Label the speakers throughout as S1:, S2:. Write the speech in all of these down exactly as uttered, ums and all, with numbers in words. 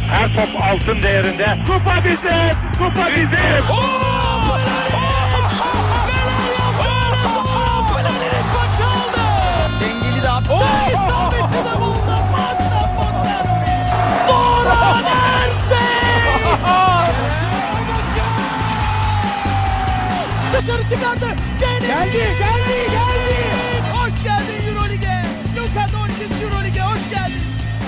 S1: Her top altın değerinde. Kupa bizim, kupa bizim.
S2: Oh, Mladenovic maçı aldı. Dengeli de attı. İsabeti de buldu. Magda Fonterovic. Zoran Ersin. Dışarı çıkardı. Geldi, geldi, geldi. Hoş geldin Euroleague'e. Luka Doncic Euroleague'e hoş geldin.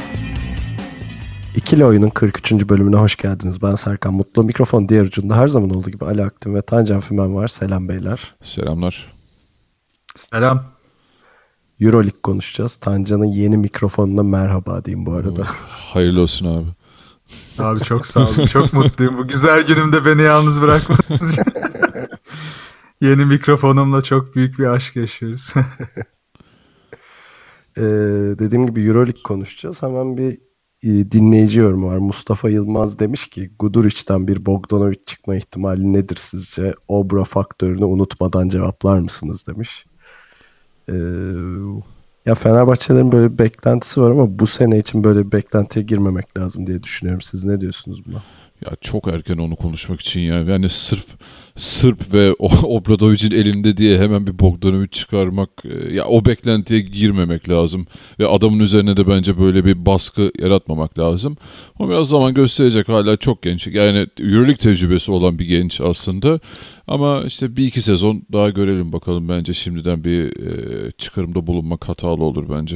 S3: İkili Oyun'un kırk üçüncü bölümüne hoş geldiniz. Ben Serkan Mutlu. Mikrofon diğer ucunda her zaman olduğu gibi Ali Aktin ve Tancan Fümen var. Selam beyler.
S4: Selamlar.
S5: Selam.
S3: Euroleague konuşacağız. Tancan'ın yeni mikrofonuna merhaba diyeyim bu arada.
S4: Hayırlı olsun abi.
S5: Abi çok sağ olun. Çok mutluyum. Bu güzel günümde beni yalnız bırakmadınız için. Yeni mikrofonumla çok büyük bir aşk yaşıyoruz.
S3: ee, dediğim gibi Euroleague konuşacağız. Hemen bir e, dinleyici yorumu var. Mustafa Yılmaz demiş ki Guduric'ten bir Bogdanovic çıkma ihtimali nedir sizce? Obra faktörünü unutmadan cevaplar mısınız demiş. Ee, ya Fenerbahçelerin böyle bir beklentisi var ama bu sene için böyle bir beklentiye girmemek lazım diye düşünüyorum. Siz ne diyorsunuz buna?
S4: Ya çok erken onu konuşmak için yani. Yani sırf Sırp ve Obradovic'in elinde diye hemen bir Bogdanovic çıkarmak, ya o beklentiye girmemek lazım. Ve adamın üzerine de bence böyle bir baskı yaratmamak lazım. O biraz zaman gösterecek, hala çok genç. Yani Euroleague tecrübesi olan bir genç aslında. Ama işte bir iki sezon daha görelim bakalım. Bence şimdiden bir e, çıkarımda bulunmak hatalı olur bence.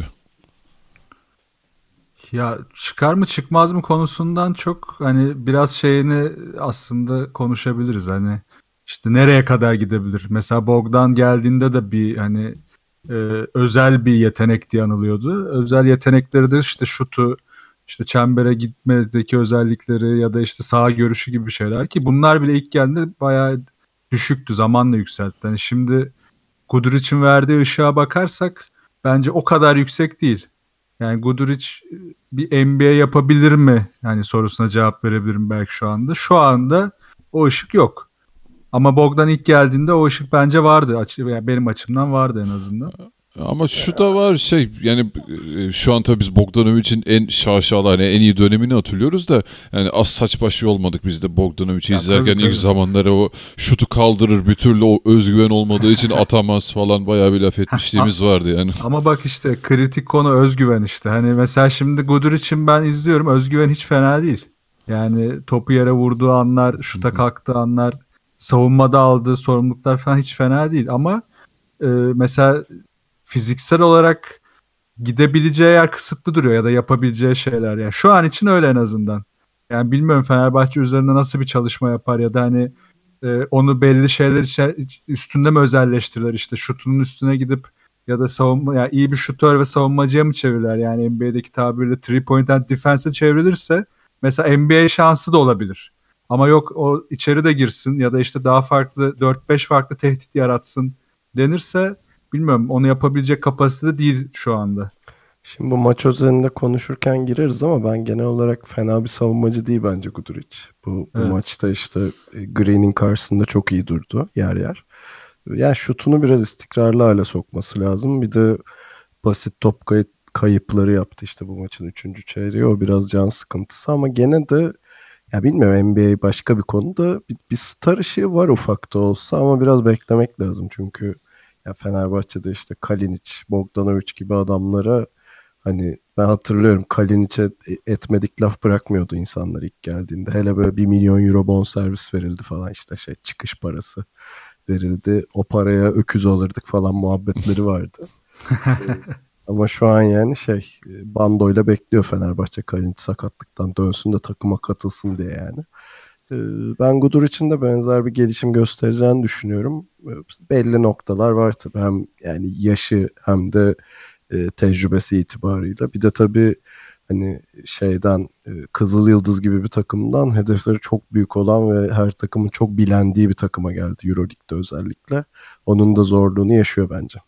S5: Ya çıkar mı çıkmaz mı konusundan çok hani biraz şeyini aslında konuşabiliriz. Hani işte nereye kadar gidebilir? Mesela Bogdan geldiğinde de bir hani e, özel bir yetenek diye anılıyordu. Özel yetenekleri de işte şutu, işte çembere gitmedeki özellikleri ya da işte sağ görüşü gibi şeyler ki bunlar bile ilk geldiğinde bayağı düşüktü. Zamanla yükseltti. Hani şimdi Guduric'in verdiği ışığa bakarsak bence o kadar yüksek değil. Yani Guduric bir N B A yapabilir mi? Yani sorusuna cevap verebilirim belki şu anda. Şu anda o ışık yok. Ama Bogdan ilk geldiğinde o ışık bence vardı. Yani benim açımdan vardı en azından.
S4: Ama şu da var şey yani şu an tabii biz Bogdanovic'in en şaşalı hani en iyi dönemini hatırlıyoruz da yani az saç başı olmadık biz de Bogdanovic'i ya izlerken tabii, ilk tabii. zamanlara o şutu kaldırır bir türlü o özgüven olmadığı için atamaz falan bayağı bir laf etmişliğimiz vardı yani.
S5: Ama bak işte kritik konu özgüven işte. Hani mesela şimdi Guduric'in ben izliyorum, özgüven hiç fena değil. Yani topu yere vurduğu anlar, şuta kalktığı anlar, savunmada aldığı sorumluluklar falan hiç fena değil ama e, mesela fiziksel olarak gidebileceği yer kısıtlı duruyor ya da yapabileceği şeyler. Yani şu an için öyle en azından. Yani bilmiyorum Fenerbahçe üzerinde nasıl bir çalışma yapar ya da hani e, onu belli şeyler için üstünde mi özelleştirirler, işte şutunun üstüne gidip ya da savunma, yani iyi bir şutör ve savunmacıya mı çevirirler? Yani N B A'deki tabirle three point and defense'e çevrilirse mesela N B A şansı da olabilir. Ama yok o içeri de girsin ya da işte daha farklı dört beş farklı tehdit yaratsın denirse bilmiyorum, onu yapabilecek kapasitede değil şu anda.
S3: Şimdi bu maç özelinde konuşurken gireriz ama ben genel olarak fena bir savunmacı değil bence Guduric. Bu, bu evet. maçta işte Green'in karşısında çok iyi durdu yer yer. Yani şutunu biraz istikrarlı hale sokması lazım. Bir de basit top kay- kayıpları yaptı işte bu maçın üçüncü çeyreği. O biraz can sıkıntısı ama gene de ya bilmiyorum, N B A başka bir konuda bir, bir star ışığı var ufak da olsa ama biraz beklemek lazım çünkü ya Fenerbahçe'de işte Kalinic, Bogdanovic gibi adamlara hani ben hatırlıyorum Kalinic'e etmedik laf bırakmıyordu insanlar ilk geldiğinde. Hele böyle bir milyon euro bonservis verildi falan, işte şey çıkış parası verildi. O paraya öküz alırdık falan muhabbetleri vardı. ee, ama şu an yani şey bandoyla bekliyor Fenerbahçe Kalinic sakatlıktan dönsün de takıma katılsın diye yani. Ben Guduric'in de benzer bir gelişim göstereceğini düşünüyorum. Belli noktalar var tabii. Hem yani yaşı hem de e, tecrübesi itibarıyla. Bir de tabii hani şeyden e, Kızıl Yıldız gibi bir takımdan hedefleri çok büyük olan ve her takımın çok bilendiği bir takıma geldi Euroleague'de özellikle. Onun da zorluğunu yaşıyor bence.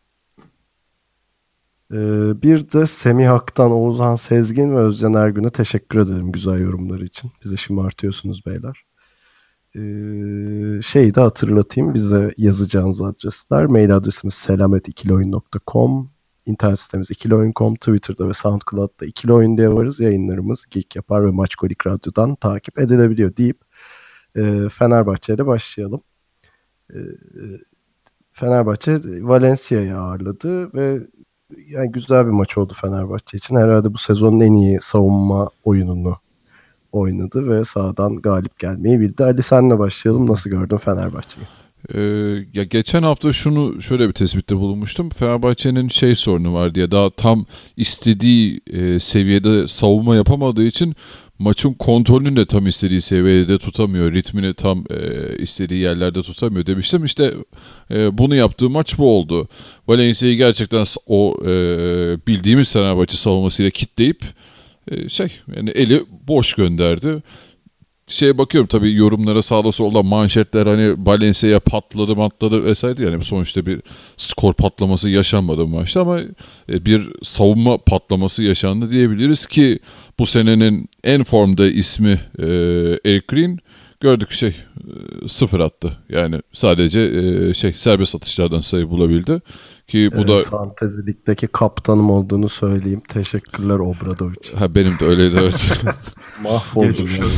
S3: Ee, bir de Semih Ak'tan Oğuzhan Sezgin ve Özcan Ergün'e teşekkür ederim güzel yorumları için. Bizi şımartıyorsunuz beyler. Ee, şeyi de hatırlatayım, bize yazacağınız adresler. Mail adresimiz selamet ikili oyun nokta com, internet sitemiz ikili oyun nokta com, Twitter'da ve SoundCloud'da ikili oyun diye varız. Yayınlarımız Geek Yapar ve Maçkolik Radyo'dan takip edilebiliyor deyip e, Fenerbahçe'yle başlayalım. E, Fenerbahçe Valencia'yı ağırladı ve yani güzel bir maç oldu Fenerbahçe için. Herhalde bu sezonun en iyi savunma oyununu oynadı ve sahadan galip gelmeyi bildi. Ali senle başlayalım. Nasıl gördün Fenerbahçe'yi?
S4: Ee, ya geçen hafta şunu şöyle bir tespitte bulunmuştum. Fenerbahçe'nin şey sorunu var diye, daha tam istediği e, seviyede savunma yapamadığı için maçın kontrolünü de tam istediği seviyede tutamıyor. Ritmini tam e, istediği yerlerde tutamıyor demiştim. İşte e, bunu yaptığı maç bu oldu. Valencia'yı gerçekten o e, bildiğimiz Fenerbahçe savunmasıyla kitleyip e, şey yani eli boş gönderdi. Şeye bakıyorum tabii, yorumlara sağda solda manşetler hani Valencia'ya patladı matladı vesaire, yani sonuçta bir skor patlaması yaşanmadı bu maçta ama bir savunma patlaması yaşandı diyebiliriz ki bu senenin en formda ismi e, Eric Green, gördük şey e, sıfır attı. Yani sadece e, şey serbest atışlardan sayı bulabildi ki bu
S3: evet,
S4: da
S3: Fantezi Lig'deki kaptanım olduğunu söyleyeyim. Teşekkürler Obradoviç.
S4: Ha, benim de öyleydi evet.
S3: Mahvoldum yani.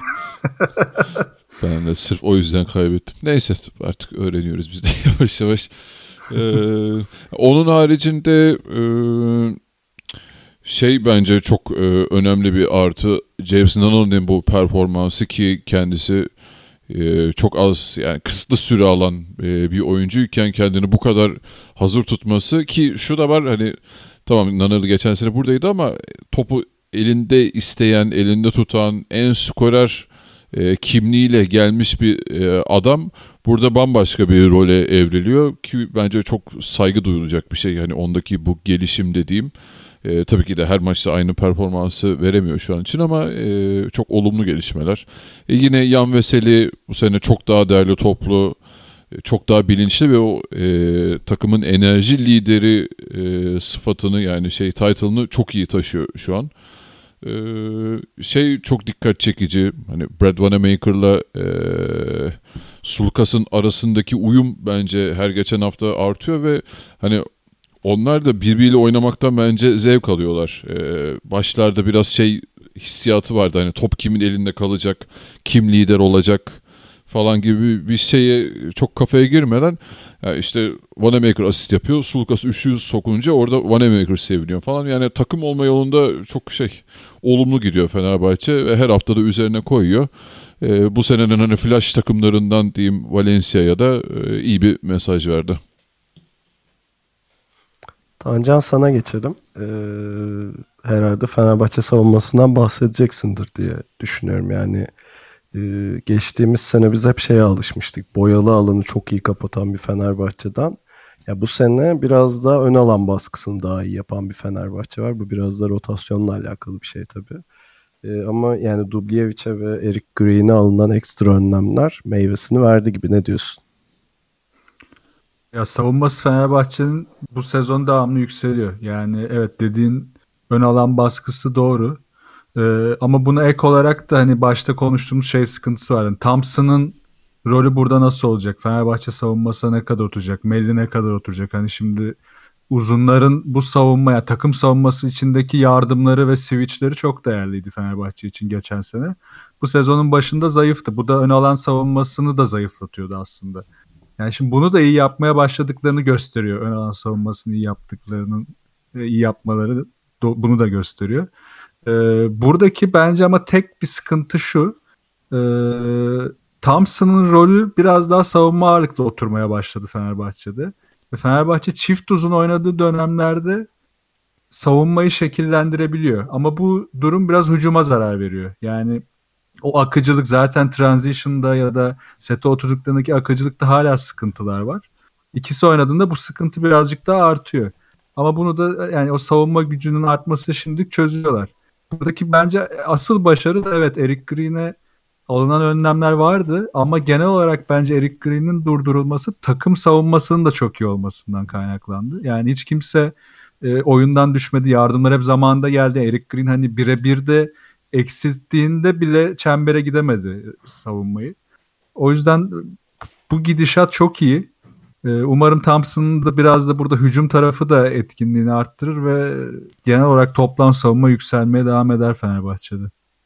S4: Ben de sırf o yüzden kaybettim. Neyse artık öğreniyoruz biz de yavaş yavaş. Ee, onun haricinde e, şey bence çok e, önemli bir artı James Nunnally'nin bu performansı ki kendisi e, çok az, yani kısıtlı süre alan e, bir oyuncuyken kendini bu kadar hazır tutması, ki şu da var hani tamam Nunnally geçen sene buradaydı ama topu elinde isteyen, elinde tutan, en skorer E, kimliğiyle gelmiş bir e, adam burada bambaşka bir role evriliyor ki bence çok saygı duyulacak bir şey. Yani ondaki bu gelişim dediğim e, tabii ki de her maçta aynı performansı veremiyor şu an için ama e, çok olumlu gelişmeler. E, yine Yan Veseli bu sene çok daha değerli toplu, e, çok daha bilinçli ve o e, takımın enerji lideri e, sıfatını, yani şey title'ını çok iyi taşıyor şu an. Ee, şey çok dikkat çekici, hani Brad Wanamaker'la e, Sulukas'ın arasındaki uyum bence her geçen hafta artıyor ve hani onlar da birbiriyle oynamaktan bence zevk alıyorlar. Ee, başlarda biraz şey hissiyatı vardı, hani top kimin elinde kalacak, kim lider olacak falan gibi bir şeye çok kafaya girmeden yani işte Wanamaker asist yapıyor, Sulukas üçlü sokunca orada Wanamaker seviniyor falan. Yani takım olma yolunda çok şey olumlu gidiyor Fenerbahçe ve her hafta da üzerine koyuyor. Ee, bu senenin hani flash takımlarından diyeyim Valencia'ya da e, iyi bir mesaj verdi.
S3: Tancan sana geçelim. Ee, herhalde Fenerbahçe savunmasından bahsedeceksindir diye düşünüyorum. Yani Ee, geçtiğimiz sene biz hep şeye alışmıştık. Boyalı alanı çok iyi kapatan bir Fenerbahçe'den. Ya bu sene biraz daha ön alan baskısını daha iyi yapan bir Fenerbahçe var. Bu biraz da rotasyonla alakalı bir şey tabii. Ee, ama yani Dubljevic'e ve Eric Green'e alınan ekstra önlemler meyvesini verdi gibi. Ne diyorsun?
S5: Ya savunması Fenerbahçe'nin bu sezon devamlı yükseliyor. Yani evet, dediğin ön alan baskısı doğru. Ee, ama buna ek olarak da hani başta konuştuğumuz şey sıkıntısı var. Yani Thompson'ın rolü burada nasıl olacak? Fenerbahçe savunmasına ne kadar oturacak? Melli ne kadar oturacak? Hani şimdi uzunların bu savunmaya, takım savunması içindeki yardımları ve switchleri çok değerliydi Fenerbahçe için geçen sene. Bu sezonun başında zayıftı. Bu da ön alan savunmasını da zayıflatıyordu aslında. Yani şimdi bunu da iyi yapmaya başladıklarını gösteriyor. Ön alan savunmasını iyi yaptıklarının, iyi yapmaları bunu da gösteriyor. Ee, buradaki bence ama tek bir sıkıntı şu. Ee, Thompson'ın rolü biraz daha savunma ağırlıklı oturmaya başladı Fenerbahçe'de. Ve Fenerbahçe çift uzun oynadığı dönemlerde savunmayı şekillendirebiliyor. Ama bu durum biraz hücuma zarar veriyor. Yani o akıcılık zaten transition'da ya da sete oturduklarındaki akıcılıkta hala sıkıntılar var. İkisi oynadığında bu sıkıntı birazcık daha artıyor. Ama bunu da yani o savunma gücünün artmasıyla şimdilik çözüyorlar. Buradaki bence asıl başarı da evet Eric Green'e alınan önlemler vardı ama genel olarak bence Eric Green'in durdurulması takım savunmasının da çok iyi olmasından kaynaklandı. Yani hiç kimse e, oyundan düşmedi, yardımlar hep zamanında geldi. Eric Green hani birebir de eksilttiğinde bile çembere gidemedi savunmayı. O yüzden bu gidişat çok iyi. Umarım Thompson'ın da biraz da burada hücum tarafı da etkinliğini arttırır ve genel olarak toplam savunma yükselmeye devam eder Fenerbahçe'de.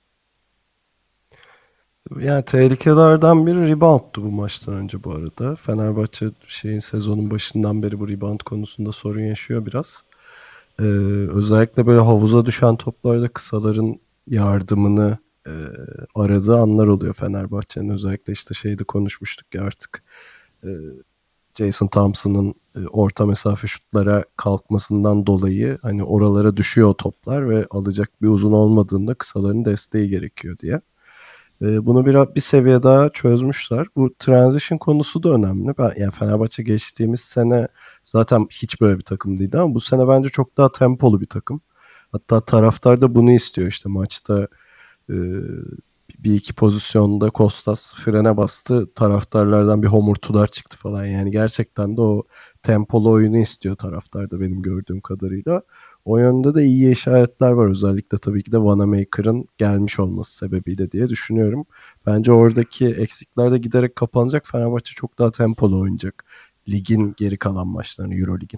S3: Yani tehlikelerden biri rebound'tu bu maçtan önce bu arada. Fenerbahçe şeyin sezonun başından beri bu rebound konusunda sorun yaşıyor biraz. Ee, özellikle böyle havuza düşen toplarda kısaların yardımını e, aradığı anlar oluyor Fenerbahçe'nin. Özellikle işte şeyde konuşmuştuk ya artık e, Jason Thompson'ın e, orta mesafe şutlara kalkmasından dolayı hani oralara düşüyor o toplar ve alacak bir uzun olmadığında kısaların desteği gerekiyor diye. E, bunu bir, bir seviye daha çözmüşler. Bu transition konusu da önemli. Ben, yani Fenerbahçe geçtiğimiz sene zaten hiç böyle bir takım değildi ama bu sene bence çok daha tempolu bir takım. Hatta taraftar da bunu istiyor işte maçta e, bir iki pozisyonda Kostas frene bastı. Taraftarlardan bir homurtular çıktı falan. Yani gerçekten de o tempolu oyunu istiyor taraftar da benim gördüğüm kadarıyla. O yönde de iyi işaretler var. Özellikle tabii ki de Vanamaker'ın gelmiş olması sebebiyle diye düşünüyorum. Bence oradaki eksikler de giderek kapanacak. Fenerbahçe çok daha tempolu oynayacak. Ligin geri kalan maçlarını, Eurolig'in.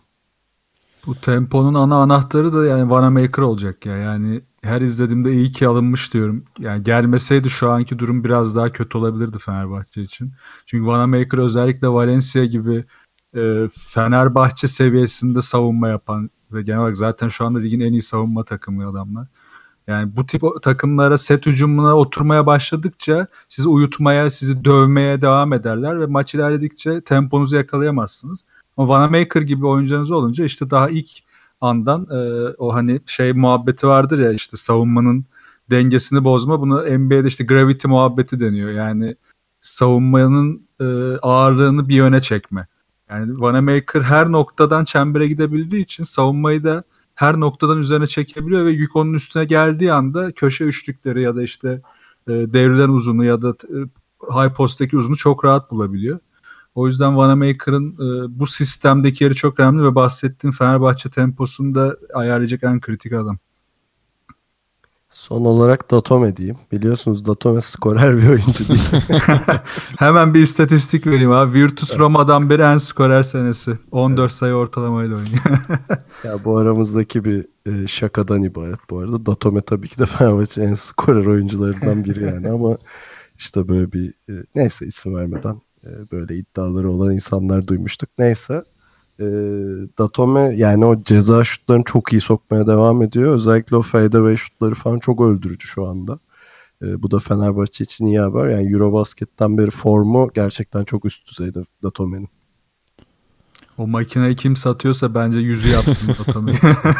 S5: Bu temponun ana anahtarı da yani Vanamaker olacak ya. Yani her izlediğimde iyi ki alınmış diyorum. Yani gelmeseydi şu anki durum biraz daha kötü olabilirdi Fenerbahçe için. Çünkü Vanamaker özellikle Valencia gibi e, Fenerbahçe seviyesinde savunma yapan ve genel olarak zaten şu anda ligin en iyi savunma takımı adamlar. Yani bu tip takımlara set hücumuna oturmaya başladıkça sizi uyutmaya, sizi dövmeye devam ederler ve maç ilerledikçe temponuzu yakalayamazsınız. Ama Vanamaker gibi oyuncularınız olunca işte daha ilk andan e, o hani şey muhabbeti vardır ya işte savunmanın dengesini bozma. Bunu N B A'de işte gravity muhabbeti deniyor. Yani savunmanın e, ağırlığını bir yöne çekme. Yani Vanamaker her noktadan çembere gidebildiği için savunmayı da her noktadan üzerine çekebiliyor ve yük onun üstüne geldiği anda köşe üçlükleri ya da işte e, devrilen uzunu ya da e, high post'taki uzunu çok rahat bulabiliyor. O yüzden Vanamaker'ın e, bu sistemdeki yeri çok önemli ve bahsettiğin Fenerbahçe temposunu da ayarlayacak en kritik adam.
S3: Son olarak Datome diyeyim. Biliyorsunuz Datome skorer bir oyuncu değil.
S5: Hemen bir istatistik vereyim abi. Virtus Roma'dan beri en skorer senesi. on dört evet. Sayı ortalamayla oynuyor.
S3: Ya bu aramızdaki bir e, şakadan ibaret bu arada. Datome tabii ki de Fenerbahçe en skorer oyuncularından biri yani ama işte böyle bir e, neyse isim vermeden e, böyle iddiaları olan insanlar duymuştuk. Neyse. E, Datome yani o ceza şutlarını çok iyi sokmaya devam ediyor. Özellikle o fadeaway şutları falan çok öldürücü şu anda. E, bu da Fenerbahçe için iyi haber. Yani Eurobasket'ten beri formu gerçekten çok üst düzeyde Datome'nin.
S5: O makineyi kim satıyorsa bence yüzü yapsın Datome'yi.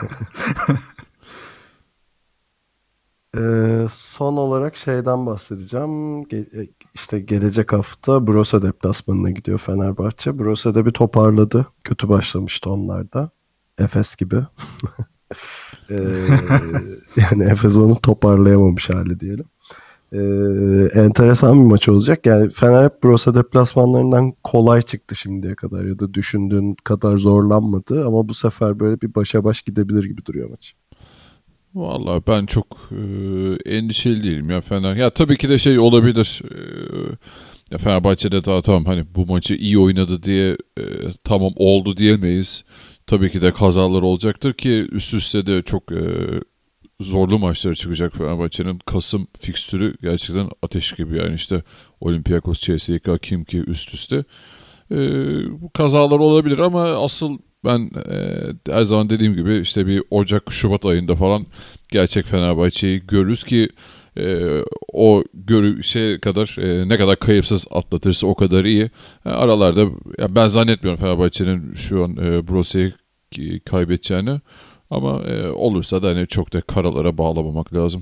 S3: Ee, son olarak şeyden bahsedeceğim. Ge- işte gelecek hafta Brose deplasmanına gidiyor Fenerbahçe. Brose de bir toparladı. Kötü başlamıştı onlar da. Efes gibi. ee, yani Efes onu toparlayamamış hali diyelim. Ee, enteresan bir maç olacak. Yani Fener hep Brose deplasmanlarından kolay çıktı şimdiye kadar ya da düşündüğün kadar zorlanmadı ama bu sefer böyle bir başa baş gidebilir gibi duruyor maç.
S4: Vallahi ben çok e, endişeli değilim ya Fener. Ya tabii ki de şey olabilir. E, ya Fenerbahçe'de daha tamam hani bu maçı iyi oynadı diye e, tamam oldu diyemeyiz. Tabii ki de kazalar olacaktır ki üst üste de çok e, zorlu maçları çıkacak Fenerbahçe'nin. Kasım fikstürü gerçekten ateş gibi yani işte Olympiakos, C S K A, Khimki üst üste. E, bu kazalar olabilir ama asıl ben e, her zaman dediğim gibi işte bir Ocak, Şubat ayında falan gerçek Fenerbahçe'yi görürüz ki e, o görü şey kadar e, ne kadar kayıpsız atlatırsa o kadar iyi. Yani aralarda ya ben zannetmiyorum Fenerbahçe'nin şu an e, Brose'yi kaybedeceğini ama e, olursa da hani çok da karalara bağlamamak lazım.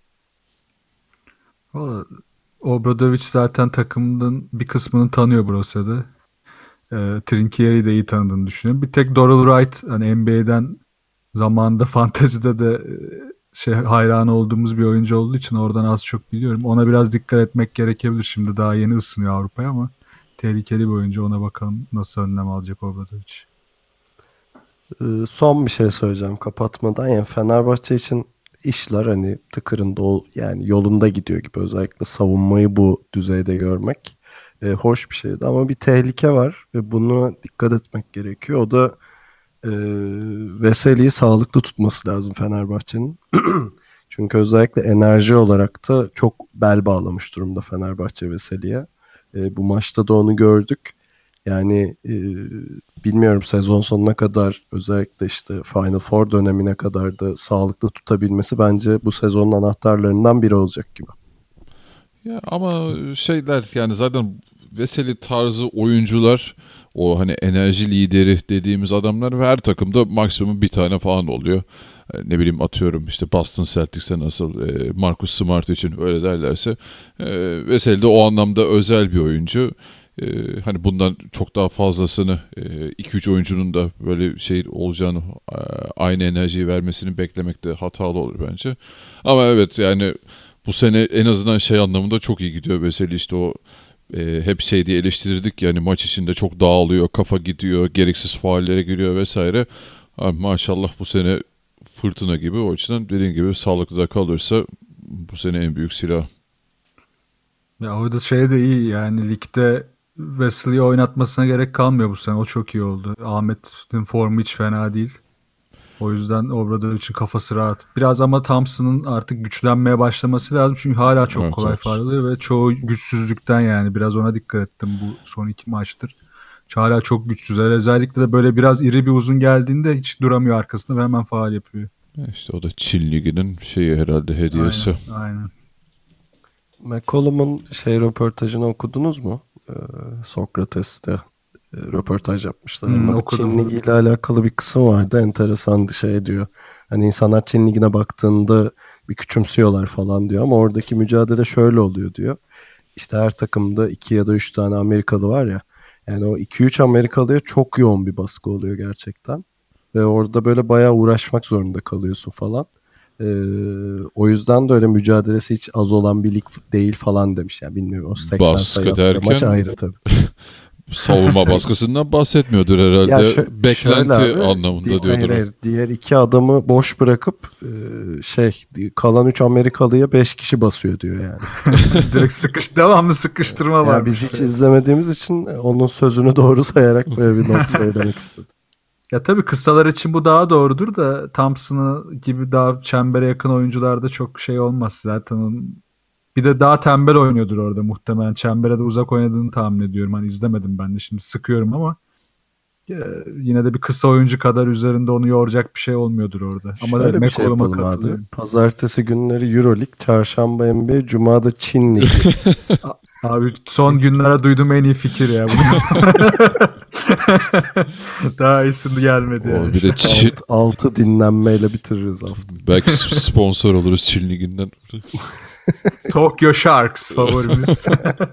S5: Obradovic zaten takımın bir kısmını tanıyor Brose'de. E, Trinkieri'yi de iyi tanıdığını düşünüyorum. Bir tek Doral Wright hani N B A'den zamanında fantezide de şey hayran olduğumuz bir oyuncu olduğu için oradan az çok biliyorum. Ona biraz dikkat etmek gerekebilir. Şimdi daha yeni ısınıyor Avrupa'ya ama tehlikeli bir oyuncu. Ona bakalım nasıl önlem alacak Obradovic.
S3: Ee, son bir şey söyleyeceğim kapatmadan. Yani Fenerbahçe için işler hani tıkırında yani yolunda gidiyor gibi özellikle savunmayı bu düzeyde görmek. e, hoş bir şeydi ama bir tehlike var ve buna dikkat etmek gerekiyor. O da e, Veseli'yi sağlıklı tutması lazım Fenerbahçe'nin. Çünkü özellikle enerji olarak da çok bel bağlamış durumda Fenerbahçe Veseli'ye. E, bu maçta da onu gördük. Yani e, bilmiyorum sezon sonuna kadar özellikle işte Final Four dönemine kadar da sağlıklı tutabilmesi bence bu sezonun anahtarlarından biri olacak gibi.
S4: Ya ama şeyler yani zaten Veseli tarzı oyuncular, o hani enerji lideri dediğimiz adamlar ve her takımda maksimum bir tane falan oluyor. Ne bileyim atıyorum işte Boston Celtics'e nasıl e, Marcus Smart için öyle derlerse e, Veseli de o anlamda özel bir oyuncu. E, hani bundan çok daha fazlasını iki üç oyuncunun da böyle şey olacağını, e, aynı enerjiyi vermesini beklemek de hatalı olur bence. Ama evet yani bu sene en azından şey anlamında çok iyi gidiyor Veseli, işte o e, hep şey diye eleştirirdik yani maç içinde çok dağılıyor, kafa gidiyor, gereksiz faullere giriyor vesaire. Abi maşallah bu sene fırtına gibi, o açıdan dediğin gibi sağlıklı da kalırsa bu sene en büyük silah.
S5: Ya orada şey de iyi yani ligde Wesley'i oynatmasına gerek kalmıyor bu sene. O çok iyi oldu. Ahmet'in formu hiç fena değil. O yüzden Obradovic'in kafası rahat. Biraz ama Thompson'ın artık güçlenmeye başlaması lazım. Çünkü hala çok
S4: Evet,
S5: kolay
S4: evet.
S5: faul alıyor ve çoğu güçsüzlükten yani. Biraz ona dikkat ettim bu son iki maçtır. Hala çok güçsüz. Özellikle de böyle biraz iri bir uzun geldiğinde hiç duramıyor arkasında ve hemen faul yapıyor.
S4: İşte o da Çin Ligi'nin şeyi herhalde, hediyesi.
S5: Aynen, aynen.
S3: McCollum'un şey röportajını okudunuz mu? Ee, Sokrates'te e, röportaj yapmışlar.
S5: Hmm,
S3: Ama
S5: okudum.
S3: Çin Ligi ile alakalı bir kısım vardı. Enteresan şey diyor. Hani insanlar Çin Ligi'ne baktığında bir küçümsüyorlar falan diyor. Ama oradaki mücadele şöyle oluyor diyor. İşte her takımda iki ya da üç tane Amerikalı var ya. Yani o iki üç Amerikalıya çok yoğun bir baskı oluyor gerçekten. Ve orada böyle bayağı uğraşmak zorunda kalıyorsun falan. Ee, o yüzden de öyle mücadelesi hiç az olan bir lig değil falan demiş. Yani bilmiyorum, o seksen
S4: Baskı
S3: sayı attığı
S4: derken-
S3: maç ayrı tabii.
S4: Savunma baskısından bahsetmiyordur herhalde.
S3: Ya şö-
S4: Beklenti
S3: şöyle abi,
S4: anlamında
S3: di-
S4: diyordur.
S3: hayır,
S4: o.
S3: hayır. Diğer iki adamı boş bırakıp e, şey kalan üç Amerikalıya beş kişi basıyor diyor yani.
S5: Direkt sıkış, devamlı sıkıştırma var.
S3: Ya biz hiç izlemediğimiz için onun sözünü doğru sayarak böyle bir not söylemek istedim.
S5: Ya tabii kısalar için bu daha doğrudur da Thompson'ı gibi daha çembere yakın oyuncularda çok şey olmaz. Zaten onun bir de daha tembel oynuyordur orada muhtemelen. Çembere de uzak oynadığını tahmin ediyorum. Hani izlemedim ben de, şimdi sıkıyorum ama e, yine de bir kısa oyuncu kadar üzerinde onu yoracak bir şey olmuyordur orada. Ama
S3: Şöyle
S5: da
S3: bir şey
S5: McCollum'a
S3: yapalım abi.
S5: katılıyorum.
S3: Pazartesi günleri Euroleague, çarşamba N B A, cumada Çin Ligi.
S5: Abi son günlere duyduğum en iyi fikir ya. Bunu- Daha iyisi gelmedi.
S4: O
S5: yani.
S4: bir de Çin,
S3: Alt, altı dinlenmeyle bitiririz hafta.
S4: belki sponsor oluruz Çin Ligi'nden.
S5: Tokyo Sharks favorimiz.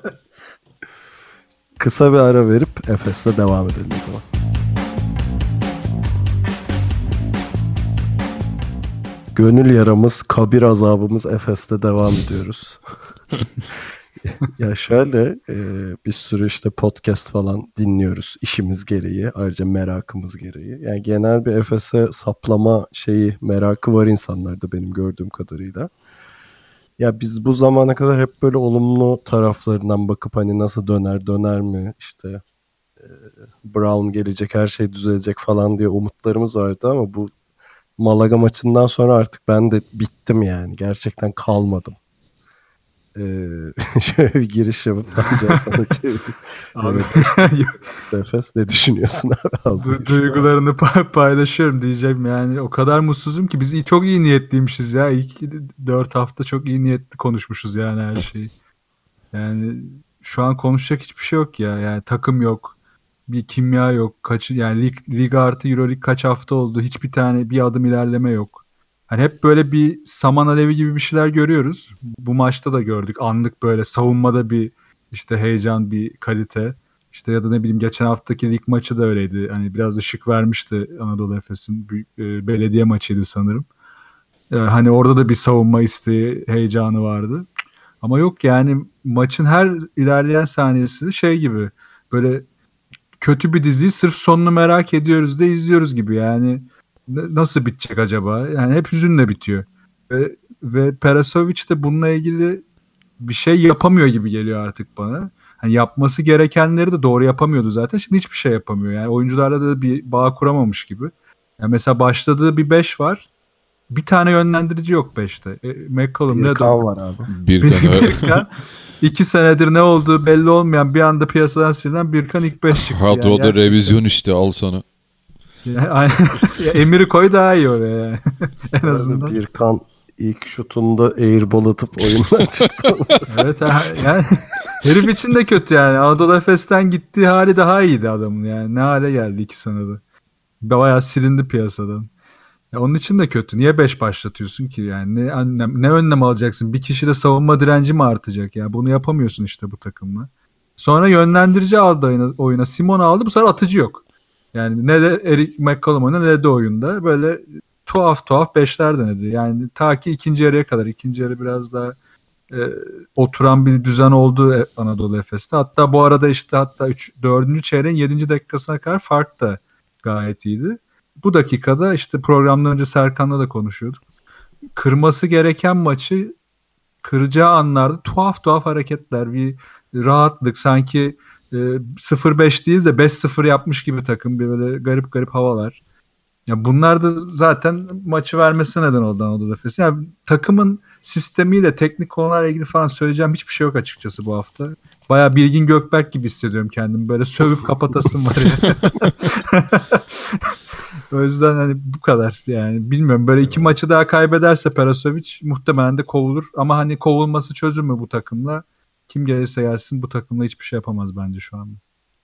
S3: Kısa bir ara verip Efes'le devam edelim o zaman. Gönül yaramız, kabir azabımız Efes'te devam ediyoruz. Ya şöyle e, bir sürü işte podcast falan dinliyoruz işimiz gereği, ayrıca merakımız gereği. Yani genel bir Efes'e saplama şeyi, merakı var insanlarda benim gördüğüm kadarıyla. Ya biz bu zamana kadar hep böyle olumlu taraflarından bakıp hani nasıl döner döner mi işte e, Brown gelecek, her şey düzelecek falan diye umutlarımız vardı ama bu Malaga maçından sonra artık ben de bittim yani. Gerçekten kalmadım. Ee, şöyle bir giriş yapıp bence sana çevireyim.
S5: Abi
S3: Efes ne düşünüyorsun abi? Al
S5: du-
S3: buyur.
S5: duygularını pa- paylaşıyorum diyeceğim yani. O kadar mutsuzum ki biz iyi- çok iyi niyetliymişiz ya. İlk dört hafta çok iyi niyetli konuşmuşuz yani her şeyi. Yani şu an konuşacak hiçbir şey yok ya. Yani takım yok. Bir kimya yok. Kaç, yani lig, lig artı Euroleague kaç hafta oldu. Hiçbir tane bir adım ilerleme yok. Hani hep böyle bir saman alevi gibi bir şeyler görüyoruz. Bu maçta da gördük. Anlık böyle savunmada bir işte heyecan, bir kalite. İşte ya da ne bileyim geçen haftaki lig maçı da öyleydi. Hani biraz da şık vermişti Anadolu Efes'in. Büyük, e, belediye maçıydı sanırım. E, hani orada da bir savunma isteği, heyecanı vardı. Ama yok yani maçın her ilerleyen saniyesi şey gibi. Böyle kötü bir diziyi sırf sonunu merak ediyoruz da izliyoruz gibi yani. N- nasıl bitecek acaba? Yani hep hüzünle bitiyor. Ve, ve Perasovic de bununla ilgili bir şey yapamıyor gibi geliyor artık bana. hani yapması gerekenleri de doğru yapamıyordu zaten. Şimdi hiçbir şey yapamıyor. Yani oyuncularla da bir bağ kuramamış gibi. Yani mesela başladığı bir beş var. Bir tane yönlendirici yok beşte. E, McCollum ne
S3: Birkan var abi.
S4: Birkan evet.
S5: Birkan. İki senedir ne olduğu belli olmayan bir anda piyasadan silinen Birkan ilk beş çıktı.
S4: Kadroda
S5: yani
S4: revizyon işte al sana.
S5: Yani, ya Emir'i koy daha iyi oraya yani. En azından.
S3: Birkan ilk şutunda airball atıp oyundan çıktı.
S5: Evet yani herif için de kötü yani. Anadolu Efes'ten gittiği hali daha iyiydi adamın yani. Ne hale geldi iki senede. Bayağı silindi piyasadan. Ya onun için de kötü. Niye beş başlatıyorsun ki yani? Ne önlem, ne önlem alacaksın? Bir kişide savunma direnci mi artacak ya? Bunu yapamıyorsun işte bu takımla. Sonra yönlendirici aldı oyuna. oyuna. Simon aldı. Bu sefer atıcı yok. Yani ne de Eric McCollum oyunda ne de oyunda. Böyle tuhaf tuhaf beşler denedi. Yani ta ki ikinci yarıya kadar. İkinci yarı biraz daha e, oturan bir düzen oldu Anadolu Efes'te. Hatta bu arada işte hatta üç, dördüncü çeyreğin yedinci dakikasına kadar fark da gayet iyiydi. Bu dakikada işte programdan önce Serkan'la da konuşuyorduk. Kırması gereken maçı kıracağı anlarda tuhaf tuhaf hareketler, bir rahatlık, sanki e, sıfır beş değil de beş sıfır yapmış gibi takım, bir böyle garip garip havalar. Ya bunlar da zaten maçı vermesi neden oldu Anadolu Efes'in. Yani takımın sistemiyle, teknik konularla ilgili falan söyleyeceğim hiçbir şey yok açıkçası bu hafta. Bayağı Bilgin Gökberk gibi hissediyorum kendimi. Böyle sövüp kapatasım var ya. O yüzden hani bu kadar yani, bilmiyorum, böyle iki maçı daha kaybederse Perasovic muhtemelen de kovulur, ama hani kovulması çözüm mü bu takımla? Kim gelirse gelsin bu takımla hiçbir şey yapamaz bence şu anda.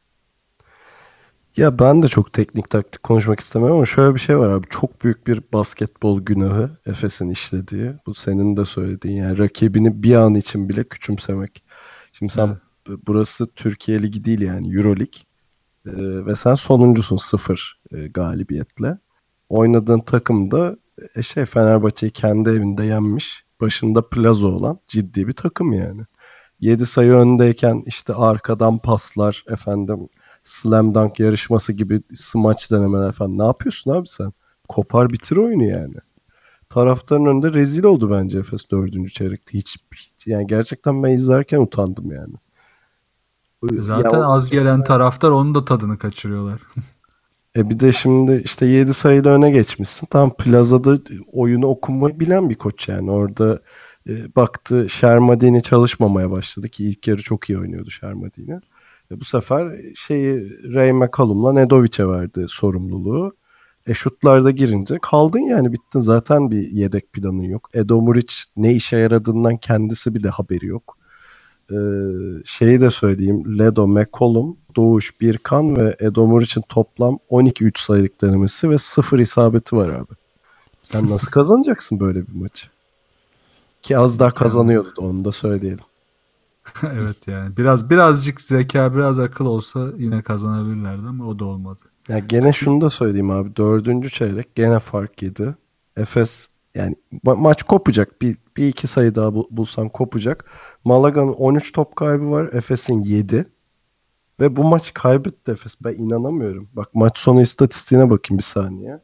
S3: Ya ben de çok teknik taktik konuşmak istemiyorum ama şöyle bir şey var abi. Çok büyük bir basketbol günahı Efes'in işlediği. Bu senin de söylediğin, yani rakibini bir an için bile küçümsemek. Şimdi sen, evet, burası Türkiye Ligi değil yani Euro Lig. Ee, ve sen sonuncusun sıfır e, galibiyetle. Oynadığın takım da e, şey Fenerbahçe'yi kendi evinde yenmiş. Başında Plaza olan ciddi bir takım yani. yedi sayı öndeyken işte arkadan paslar, efendim slam dunk yarışması gibi smaç denemeler falan. Ne yapıyorsun abi sen? Kopar bitir oyunu yani. Taraftarın önünde rezil oldu bence Efes dördüncü çeyrekte. Hiç, yani gerçekten ben izlerken utandım yani.
S5: Zaten ya, az gelen taraftar onun da tadını kaçırıyorlar.
S3: E bir de şimdi işte yedi sayıyla öne geçmişsin. Tam Plaza'da oyunu okumayı bilen bir koç yani. Orada e, baktı Şermadini çalışmamaya başladı ki ilk yarı çok iyi oynuyordu Şermadini. E bu sefer şeyi Ray McCallum'la Nedovic'e verdi sorumluluğu. E şutlarda girince kaldın yani, bittin. Zaten bir yedek planın yok. Edo Muric ne işe yaradığından kendisi bir de haberi yok. Ee, şeyi de söyleyeyim. Ledo, McCollum, Doğuş, Birkan ve Edo Muric'in toplam on iki üç sayılık denemesi ve sıfır isabeti var abi. Sen nasıl kazanacaksın böyle bir maçı? Ki az daha kazanıyordu da, onu da söyleyelim.
S5: Evet yani. Biraz birazcık zeka, biraz akıl olsa yine kazanabilirlerdi ama o da olmadı.
S3: Ya gene şunu da söyleyeyim abi. Dördüncü çeyrek gene fark yedi. Efes yani ma- maç kopacak. Bir, bir iki sayı daha bul- bulsan kopacak. Malaga'nın on üç top kaybı var. Efes'in yedi. Ve bu maçı kaybetti Efes. Ben inanamıyorum. Bak maç sonu istatistiğine bakayım bir saniye.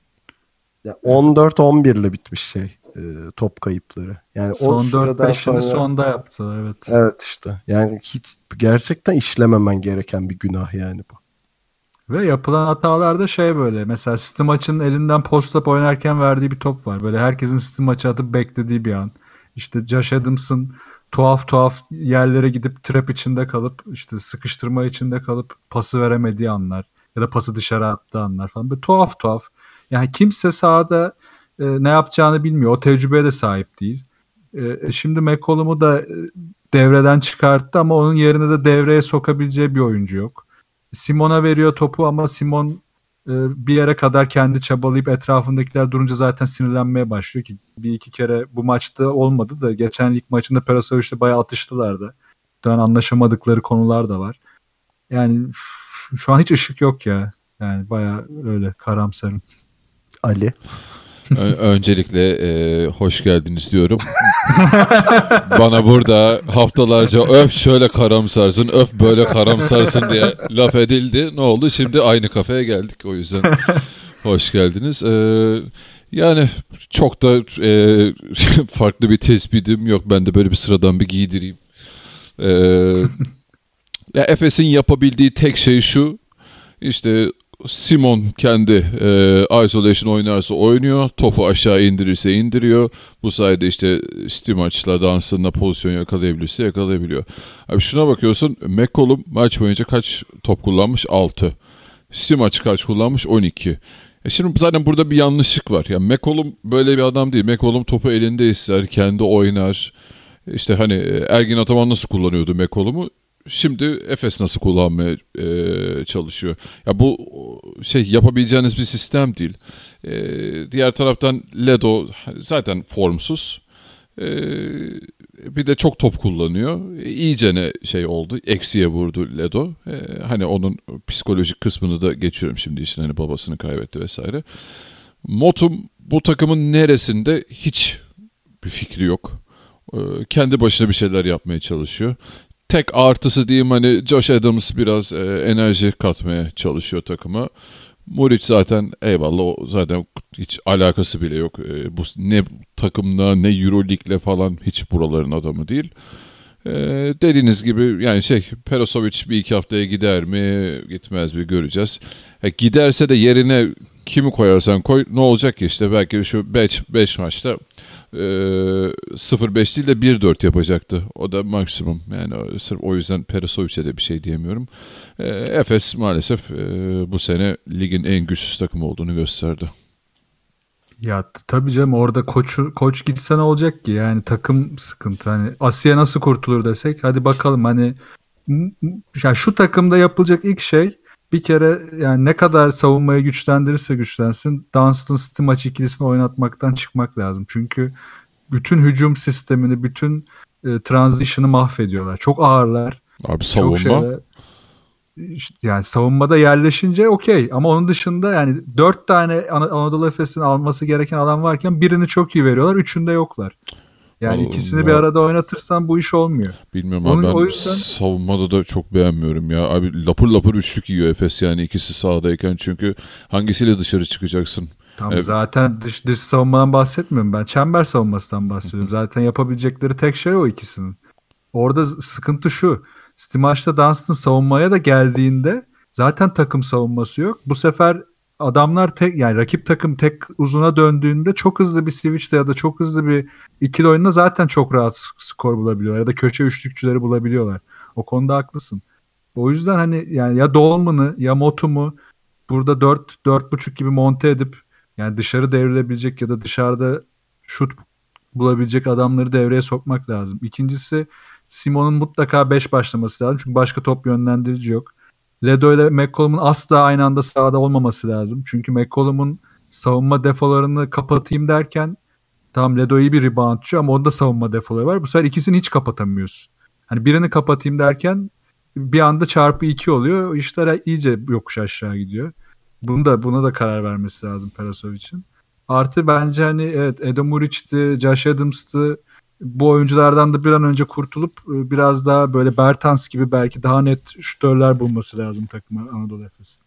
S3: Ya on dört on bir ile bitmiş şey. E, top kayıpları. Yani
S5: son dört beşini
S3: sonra...
S5: sonda yaptı, evet.
S3: Evet işte. Yani hiç gerçekten işlememen gereken bir günah yani bu.
S5: Ve yapılan hatalarda şey, böyle mesela Stim maçının elinden post-up oynarken verdiği bir top var. Böyle herkesin Stim maçı atıp beklediği bir an. İşte Josh Adams'ın tuhaf tuhaf yerlere gidip trap içinde kalıp, işte sıkıştırma içinde kalıp pası veremediği anlar. Ya da pası dışarı attığı anlar falan. Böyle tuhaf tuhaf. Yani kimse sahada e, ne yapacağını bilmiyor. O tecrübeye de sahip değil. E, şimdi McCollum'u da e, devreden çıkarttı ama onun yerine de devreye sokabileceği bir oyuncu yok. Simon'a veriyor topu ama Simon e, bir yere kadar kendi çabalayıp etrafındakiler durunca zaten sinirlenmeye başlıyor ki bir iki kere bu maçta olmadı da geçen lig maçında Perasovic'le bayağı atıştılardı. Daha anlaşamadıkları konular da var. Yani şu an hiç ışık yok ya. Yani bayağı öyle karamsarım.
S3: Ali.
S4: Ö- öncelikle e, hoş geldiniz diyorum. Bana burada haftalarca öf şöyle karamsarsın, öf böyle karamsarsın diye laf edildi. Ne oldu? Şimdi aynı kafeye geldik. O yüzden hoş geldiniz. Ee, yani çok da e, farklı bir tespitim yok. Ben de böyle bir sıradan bir giydireyim. Ee, Ya Efes'in yapabildiği tek şey şu. İşte Simon kendi e, isolation oynarsa oynuyor. Topu aşağı indirirse indiriyor. Bu sayede işte Stimaç'la Dunstan'la pozisyon yakalayabilirse yakalayabiliyor. Abi şuna bakıyorsun. McCollum maç boyunca kaç top kullanmış? altı. Stimaç kaç kullanmış? on iki. E şimdi zaten burada bir yanlışlık var. Yani McCollum böyle bir adam değil. McCollum topu elinde ister. Kendi oynar. İşte hani Ergin Ataman nasıl kullanıyordu McCollum'u? Şimdi Efes nasıl kullanmaya e, çalışıyor? Ya bu şey yapabileceğiniz bir sistem değil. E, diğer taraftan Ledo zaten formsuz. E, bir de çok top kullanıyor. E, iyicene şey oldu. Eksiye vurdu Ledo. E, hani onun psikolojik kısmını da geçiyorum şimdi işin. Hani babasını kaybetti vesaire. Motum bu takımın neresinde hiç bir fikri yok. E, kendi başına bir şeyler yapmaya çalışıyor. Tek artısı diyeyim hani Josh Adams biraz e, enerji katmaya çalışıyor takıma. Muric zaten eyvallah o zaten hiç alakası bile yok. E, bu ne takımla ne Euroleague'le falan hiç buraların adamı değil. E, dediğiniz gibi yani şey Perasovic bir iki haftaya gider mi gitmez mi göreceğiz. E, giderse de yerine kimi koyarsan koy ne olacak ki işte belki şu beş maçta e, sıfır beş değil de bir dört yapacaktı. O da maksimum. Yani sırf o yüzden Perasovic'e de bir şey diyemiyorum. E, Efes maalesef e, bu sene ligin en güçsüz takımı olduğunu gösterdi.
S5: Ya tabii canım orada koç, koç gitse ne olacak ki? Yani takım sıkıntı. Hani Asya nasıl kurtulur desek hadi bakalım hani yani şu takımda yapılacak ilk şey bir kere yani ne kadar savunmayı güçlendirirse güçlensin Dunstan Stimac ikilisini oynatmaktan çıkmak lazım. Çünkü bütün hücum sistemini, bütün e, transition'ı mahvediyorlar. Çok ağırlar.
S4: Abi savunma.
S5: Şeyler, işte yani savunmada yerleşince okey ama onun dışında yani dört tane An- Anadolu Efes'in alması gereken alan varken birini çok iyi veriyorlar, üçünde yoklar. Yani
S4: Allah
S5: ikisini
S4: Allah.
S5: bir arada oynatırsan bu iş olmuyor.
S4: Bilmiyorum
S5: Onun,
S4: abi ben
S5: o yüzden...
S4: savunmada da çok beğenmiyorum ya. Abi lapır lapır üçlük yiyor Efes yani ikisi sahadayken çünkü hangisiyle dışarı çıkacaksın?
S5: Tamam,
S4: Evet.
S5: zaten dış, dış savunmadan bahsetmiyorum ben. Çember savunmasından bahsediyorum. Zaten yapabilecekleri tek şey o ikisinin. Orada sıkıntı şu. Stimaç'ta Dunstan savunmaya da geldiğinde zaten takım savunması yok. Bu sefer adamlar tek yani rakip takım tek uzuna döndüğünde çok hızlı bir switch'te ya da çok hızlı bir ikili oyunda zaten çok rahat skor bulabiliyorlar ya da köşe üçlükçüleri bulabiliyorlar. O konuda haklısın. O yüzden hani yani ya Dolman'ı ya Motum'u burada dört dört buçuk gibi monte edip yani dışarı devrilebilecek ya da dışarıda şut bulabilecek adamları devreye sokmak lazım. İkincisi Simon'un mutlaka beş başlaması lazım. Çünkü başka top yönlendirici yok. Ledo ile McCollum'un asla aynı anda sahada olmaması lazım. Çünkü McCollum'un savunma defolarını kapatayım derken tamam Ledo iyi bir reboundçı ama onda savunma defoları var. Bu sefer ikisini hiç kapatamıyorsun. Hani birini kapatayım derken bir anda çarpı iki oluyor. İşler iyice yokuş aşağı gidiyor. Bunu da buna da karar vermesi lazım Perasovic'in. Artı bence hani evet Edo Muric'ti, Josh Adams'tı. Bu oyunculardan da bir an önce kurtulup biraz daha böyle Bertans gibi belki daha net şutörler bulması lazım takıma Anadolu Efes'in.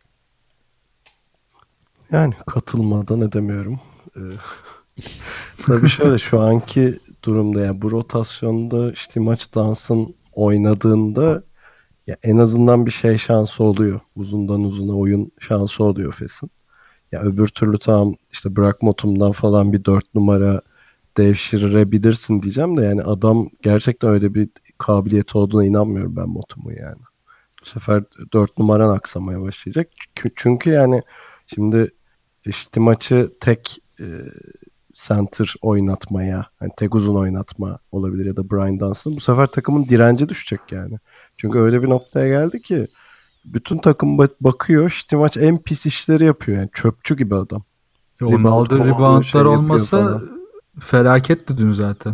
S3: Yani katılmadan edemiyorum. Ee, tabii şöyle şu anki durumda yani bu rotasyonda işte maç Dans'ın oynadığında ya en azından bir şey şansı oluyor. Uzundan uzuna oyun şansı oluyor Efes'in. Ya öbür türlü tamam işte Burak Motum'dan falan bir dört numara devşirebilirsin diyeceğim de yani adam gerçekten öyle bir kabiliyeti olduğuna inanmıyorum ben Motum'un yani. Bu sefer dört numaran aksamaya başlayacak. Çünkü yani şimdi işte maçı tek e, center oynatmaya, yani tek uzun oynatma olabilir ya da Brian Dunstan. Bu sefer takımın direnci düşecek yani. Çünkü öyle bir noktaya geldi ki bütün takım bakıyor işte maç en pis işleri yapıyor yani çöpçü gibi adam.
S5: Onun aldığı reboundlar şey olmasa felaketti dün zaten.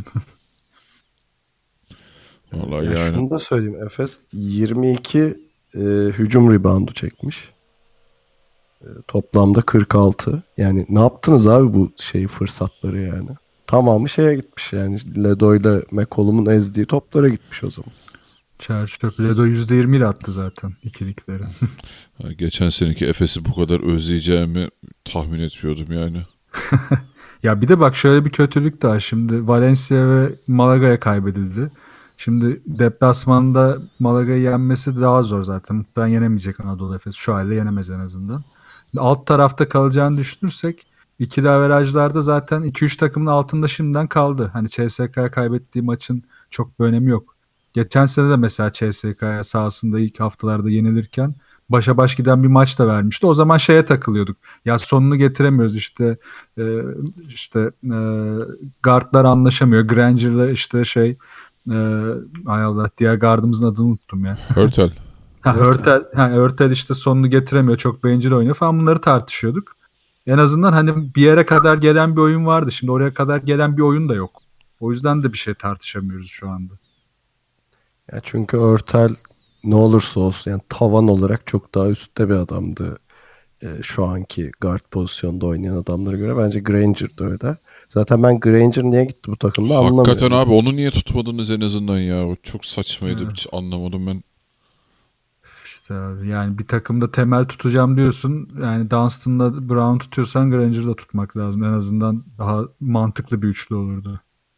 S4: Vallahi
S3: yani.
S4: yani.
S3: Şunu da söyleyeyim. Efes yirmi iki e, hücum reboundu çekmiş. E, toplamda kırk altı. Yani ne yaptınız abi bu şeyi fırsatları yani? Tamamı şeye gitmiş yani. Ledo ile McCollum'un ezdiği toplara gitmiş o zaman.
S5: Çerçöp Ledo yüzde yirmi ile attı zaten ikilikleri.
S4: Geçen seneki Efes'i bu kadar özleyeceğimi tahmin etmiyordum yani.
S5: Ya bir de bak şöyle bir kötülük daha şimdi Valencia ve Malaga'ya kaybedildi. Şimdi deplasmanda Malaga'yı yenmesi daha zor zaten. Muhtemelen yenemeyecek Anadolu Efes. Şu halde yenemez en azından. Alt tarafta kalacağını düşünürsek ikili averajlarda zaten iki üç takımın altında şimdiden kaldı. Hani C S K'ya kaybettiği maçın çok bir önemi yok. Geçen sene de mesela C S K'ya sahasında ilk haftalarda yenilirken başa baş giden bir maç da vermişti. O zaman şeye takılıyorduk. Ya sonunu getiremiyoruz işte e, işte e, guardlar anlaşamıyor. Granger'la işte şey e, ay Allah diğer guardımızın adını unuttum ya.
S4: Hörtel.
S5: Ha, Hörtel, ha, Hörtel işte sonunu getiremiyor. Çok bencil oynuyor falan, bunları tartışıyorduk. En azından hani bir yere kadar gelen bir oyun vardı. Şimdi oraya kadar gelen bir oyun da yok. O yüzden de bir şey tartışamıyoruz şu anda.
S3: Ya çünkü Örtel ne olursa olsun yani tavan olarak çok daha üstte bir adamdı. Ee, şu anki guard pozisyonda oynayan adamlara göre. Bence Granger de öyle. Zaten ben Granger niye gitti bu takımda anlamıyorum.
S4: Hakikaten abi onu niye tutmadınız en azından ya? O çok saçmaydı.
S5: Evet.
S4: Hiç anlamadım ben.
S5: İşte abi, yani bir takımda temel tutacağım diyorsun. Yani Dunstan'la Brown tutuyorsan Granger'da tutmak lazım. En azından daha mantıklı bir üçlü olurdu.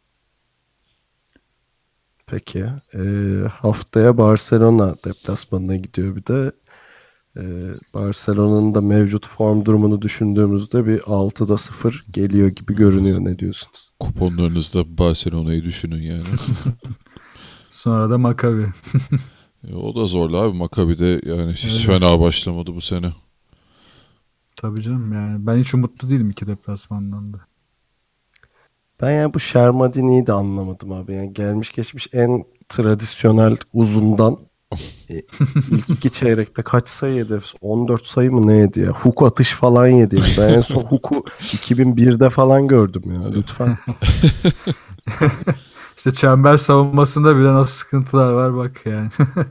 S3: Peki. Ee, haftaya Barcelona deplasmanına gidiyor bir de. Ee, Barcelona'nın da mevcut form durumunu düşündüğümüzde bir altıda sıfır geliyor gibi görünüyor. Ne diyorsunuz?
S4: Kuponlarınızda Barcelona'yı düşünün yani.
S5: Sonra da Maccabi.
S4: E, o da zorlu abi. Maccabi'de yani hiç
S5: Evet.
S4: fena başlamadı bu sene.
S5: Tabii canım, yani ben hiç umutlu değilim iki deplasmandan da.
S3: Ben yani bu Shermadini'yi de anlamadım abi. Yani gelmiş geçmiş en tradisyonel uzundan e, ilk iki çeyrekte kaç sayı yedi? on dört sayı mı ne yedi ya? Hook atış falan yedi. Yani. Ben en son Hook'u iki bin birde falan gördüm ya. Lütfen.
S5: İşte çember savunmasında bile nasıl sıkıntılar var bak yani.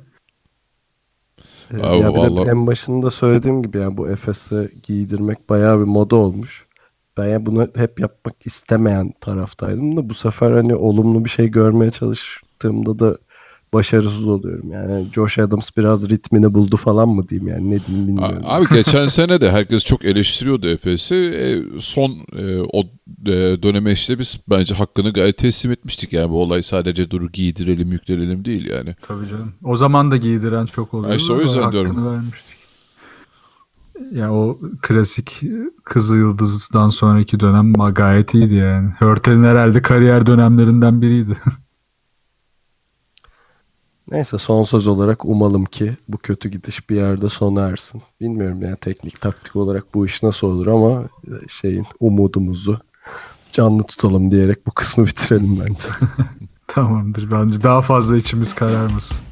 S3: Ee,
S4: Abi
S3: ya bir
S4: vallahi-
S3: de en başında söylediğim gibi yani bu Efes'e giydirmek bayağı bir moda olmuş. Ben ya bunu hep yapmak istemeyen taraftaydım da bu sefer hani olumlu bir şey görmeye çalıştığımda da başarısız oluyorum. Yani Josh Adams biraz ritmini buldu falan mı diyeyim yani ne diyeyim bilmiyorum.
S4: A- Abi geçen sene de herkes çok eleştiriyordu Efes'i. E, son e, o e, döneme işte biz bence hakkını gayet teslim etmiştik. Yani bu olay sadece dur giydirelim yüklenelim değil yani.
S5: Tabii canım. O zaman da giydiren çok oluyordu.
S4: Ha işte o yüzden
S5: ama
S4: diyorum.
S5: hakkını vermiştik. Ya o klasik Kızıl Yıldız'dan sonraki dönem gayet iyiydi yani. Hörtel'in herhalde kariyer dönemlerinden biriydi.
S3: Neyse son söz olarak umalım ki bu kötü gidiş bir yerde sona ersin. Bilmiyorum yani teknik taktik olarak bu iş nasıl olur ama şeyin umudumuzu canlı tutalım diyerek bu kısmı bitirelim bence.
S5: Tamamdır, bence daha fazla içimiz kararmasın.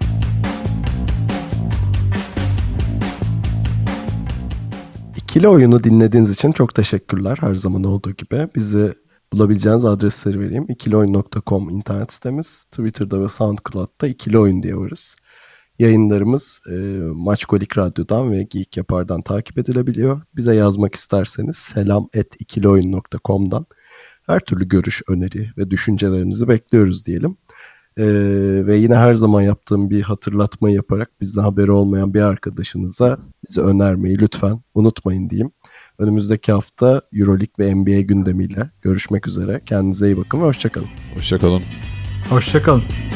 S3: İkili oyunu dinlediğiniz için çok teşekkürler her zaman olduğu gibi. Bizi bulabileceğiniz adresleri vereyim. ikilioyun nokta com internet sitemiz. Twitter'da ve SoundCloud'da ikili oyun diye varız. Yayınlarımız e, Maçkolik Radyo'dan ve Geek Yapar'dan takip edilebiliyor. Bize yazmak isterseniz selam at ikilioyun nokta com'dan her türlü görüş, öneri ve düşüncelerinizi bekliyoruz diyelim. Ee, ve yine her zaman yaptığım bir hatırlatma yaparak bizden haberi olmayan bir arkadaşınıza bizi önermeyi lütfen unutmayın diyeyim. Önümüzdeki hafta EuroLeague ve N B A gündemiyle görüşmek üzere. Kendinize iyi bakın ve hoşça kalın.
S4: Hoşçakalın.
S5: Hoşça kalın.